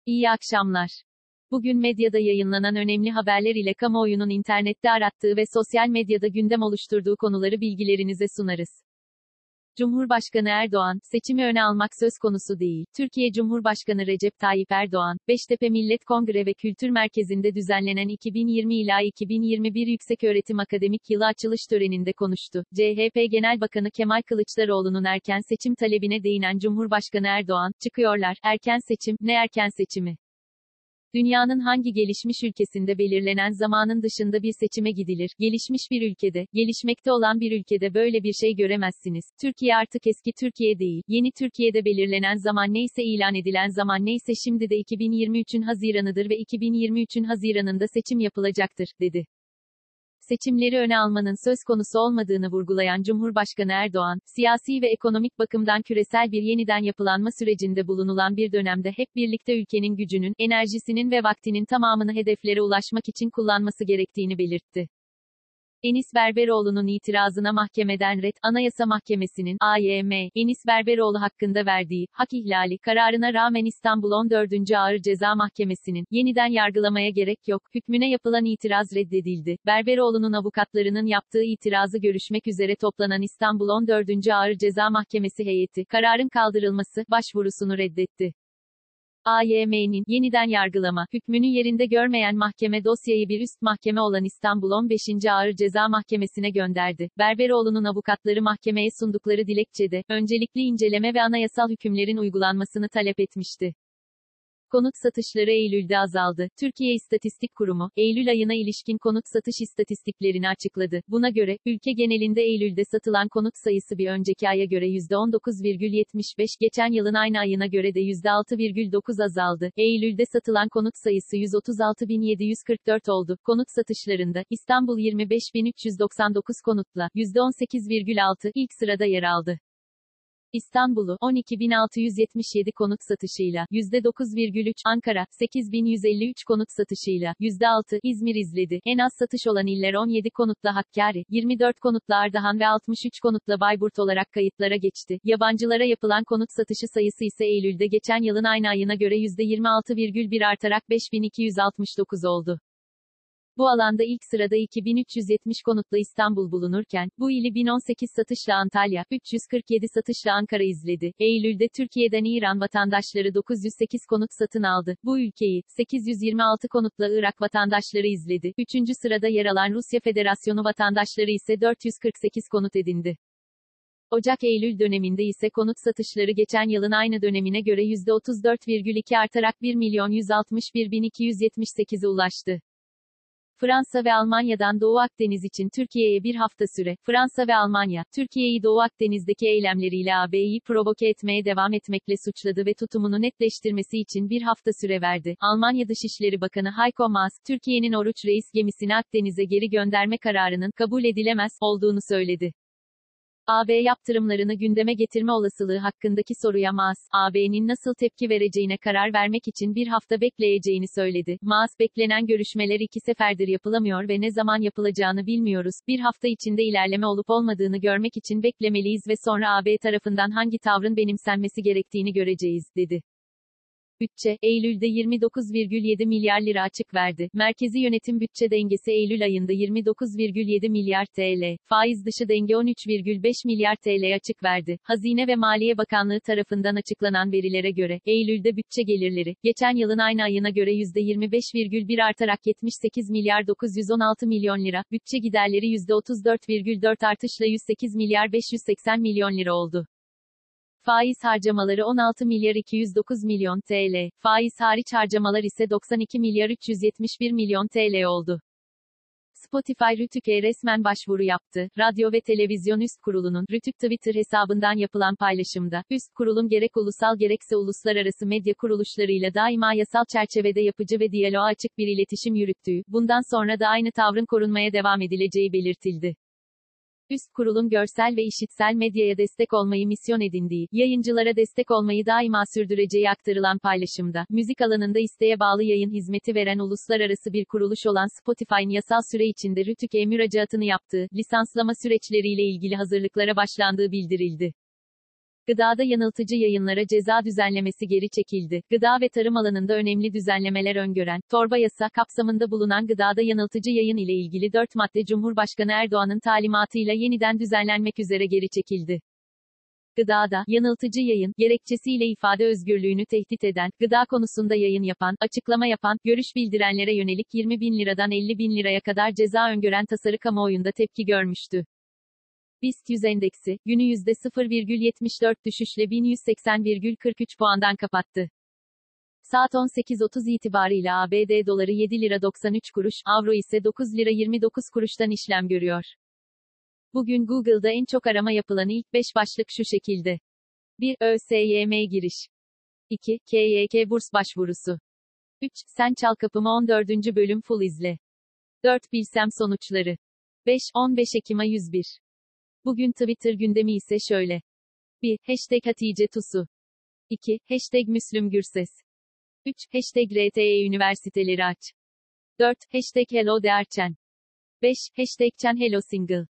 İyi akşamlar. Bugün medyada yayınlanan önemli haberler ile kamuoyunun internette arattığı ve sosyal medyada gündem oluşturduğu konuları bilgilerinize sunarız. Cumhurbaşkanı Erdoğan, seçimi öne almak söz konusu değil. Türkiye Cumhurbaşkanı Recep Tayyip Erdoğan, Beştepe Millet Kongre ve Kültür Merkezi'nde düzenlenen 2020 ila 2021 Yükseköğretim Akademik Yılı açılış töreninde konuştu. CHP Genel Bakanı Kemal Kılıçdaroğlu'nun erken seçim talebine değinen Cumhurbaşkanı Erdoğan, "Çıkıyorlar, erken seçim, ne erken seçimi? Dünyanın hangi gelişmiş ülkesinde belirlenen zamanın dışında bir seçime gidilir? Gelişmiş bir ülkede, gelişmekte olan bir ülkede böyle bir şey göremezsiniz. Türkiye artık eski Türkiye değil. Yeni Türkiye'de belirlenen zaman neyse, ilan edilen zaman neyse, şimdi de 2023'ün Haziran'ıdır ve 2023'ün Haziran'ında seçim yapılacaktır," dedi. Seçimleri öne almanın söz konusu olmadığını vurgulayan Cumhurbaşkanı Erdoğan, siyasi ve ekonomik bakımdan küresel bir yeniden yapılanma sürecinde bulunulan bir dönemde hep birlikte ülkenin gücünün, enerjisinin ve vaktinin tamamını hedeflere ulaşmak için kullanması gerektiğini belirtti. Enis Berberoğlu'nun itirazına mahkemeden ret, Anayasa Mahkemesi'nin, AYM, Enis Berberoğlu hakkında verdiği, hak ihlali kararına rağmen İstanbul 14. Ağır Ceza Mahkemesi'nin, yeniden yargılamaya gerek yok, hükmüne yapılan itiraz reddedildi. Berberoğlu'nun avukatlarının yaptığı itirazı görüşmek üzere toplanan İstanbul 14. Ağır Ceza Mahkemesi heyeti, kararın kaldırılması, başvurusunu reddetti. AYM'nin, yeniden yargılama, hükmünü yerinde görmeyen mahkeme dosyayı bir üst mahkeme olan İstanbul 15. Ağır Ceza Mahkemesi'ne gönderdi. Berberoğlu'nun avukatları mahkemeye sundukları dilekçede, öncelikli inceleme ve anayasal hükümlerin uygulanmasını talep etmişti. Konut satışları Eylül'de azaldı. Türkiye İstatistik Kurumu, Eylül ayına ilişkin konut satış istatistiklerini açıkladı. Buna göre, ülke genelinde Eylül'de satılan konut sayısı bir önceki aya göre %19,75, geçen yılın aynı ayına göre de %6,9 azaldı. Eylül'de satılan konut sayısı 136.744 oldu. Konut satışlarında, İstanbul 25.399 konutla, %18,6, ilk sırada yer aldı. İstanbul'u, 12.677 konut satışıyla, %9,3, Ankara, 8.153 konut satışıyla, %6, İzmir izledi. En az satış olan iller 17 konutla Hakkari, 24 konutla Ardahan ve 63 konutla Bayburt olarak kayıtlara geçti. Yabancılara yapılan konut satışı sayısı ise Eylül'de geçen yılın aynı ayına göre %26,1 artarak 5.269 oldu. Bu alanda ilk sırada 2370 konutla İstanbul bulunurken, bu ili 1018 satışla Antalya, 347 satışla Ankara izledi. Eylül'de Türkiye'den İran vatandaşları 908 konut satın aldı. Bu ülkeyi, 826 konutla Irak vatandaşları izledi. 3. sırada yer alan Rusya Federasyonu vatandaşları ise 448 konut edindi. Ocak-Eylül döneminde ise konut satışları geçen yılın aynı dönemine göre %34,2 artarak 1.161.278'e ulaştı. Fransa ve Almanya'dan Doğu Akdeniz için Türkiye'ye bir hafta süre. Fransa ve Almanya, Türkiye'yi Doğu Akdeniz'deki eylemleriyle AB'yi provoke etmeye devam etmekle suçladı ve tutumunu netleştirmesi için bir hafta süre verdi. Almanya Dışişleri Bakanı Heiko Maas, Türkiye'nin Oruç Reis gemisini Akdeniz'e geri gönderme kararının kabul edilemez olduğunu söyledi. AB yaptırımlarını gündeme getirme olasılığı hakkındaki soruya Maas, AB'nin nasıl tepki vereceğine karar vermek için bir hafta bekleyeceğini söyledi. Maas, beklenen görüşmeler 2 seferdir yapılamıyor ve ne zaman yapılacağını bilmiyoruz. Bir hafta içinde ilerleme olup olmadığını görmek için beklemeliyiz ve sonra AB tarafından hangi tavrın benimsenmesi gerektiğini göreceğiz, dedi. Bütçe, Eylül'de 29,7 milyar lira açık verdi. Merkezi yönetim bütçe dengesi Eylül ayında 29,7 milyar TL, faiz dışı denge 13,5 milyar TL açık verdi. Hazine ve Maliye Bakanlığı tarafından açıklanan verilere göre, Eylül'de bütçe gelirleri, geçen yılın aynı ayına göre %25,1 artarak 78 milyar 916 milyon lira, bütçe giderleri %34,4 artışla 108 milyar 580 milyon lira oldu. Faiz harcamaları 16 milyar 209 milyon TL, faiz hariç harcamalar ise 92 milyar 371 milyon TL oldu. Spotify Rütük'e resmen başvuru yaptı. Radyo ve Televizyon Üst Kurulu'nun Rütük Twitter hesabından yapılan paylaşımda, üst kurulun gerek ulusal gerekse uluslararası medya kuruluşlarıyla daima yasal çerçevede yapıcı ve diyaloğa açık bir iletişim yürüttüğü, bundan sonra da aynı tavrın korunmaya devam edileceği belirtildi. Üst kurulun görsel ve işitsel medyaya destek olmayı misyon edindiği, yayıncılara destek olmayı daima sürdüreceği aktarılan paylaşımda, müzik alanında isteğe bağlı yayın hizmeti veren uluslararası bir kuruluş olan Spotify'ın yasal süre içinde Rütük'e müracaatını yaptığı, lisanslama süreçleriyle ilgili hazırlıklara başlandığı bildirildi. Gıdada yanıltıcı yayınlara ceza düzenlemesi geri çekildi. Gıda ve tarım alanında önemli düzenlemeler öngören, torba yasa kapsamında bulunan gıdada yanıltıcı yayın ile ilgili 4 madde Cumhurbaşkanı Erdoğan'ın talimatıyla yeniden düzenlenmek üzere geri çekildi. Gıdada, yanıltıcı yayın, gerekçesiyle ifade özgürlüğünü tehdit eden, gıda konusunda yayın yapan, açıklama yapan, görüş bildirenlere yönelik 20.000 liradan 50.000 liraya kadar ceza öngören tasarı kamuoyunda tepki görmüştü. BIST 100 endeksi, günü %0,74 düşüşle 1180,43 puandan kapattı. Saat 18.30 itibarıyla ABD doları 7 lira 93 kuruş, avro ise 9 lira 29 kuruştan işlem görüyor. Bugün Google'da en çok arama yapılan ilk 5 başlık şu şekilde. 1. ÖSYM giriş. 2. KYK burs başvurusu. 3. Sen Çal Kapımı 14. bölüm full izle. 4. Bilsem sonuçları. 5. 15 Ekim'a 101. Bugün Twitter gündemi ise şöyle. 1. Hashtag Hatice Tusu. 2. Hashtag Müslüm Gürses. 3. Hashtag RTE Üniversiteleri aç. 4. Hashtag Hello Dearchen. 5. Hashtag Chen Hello Single.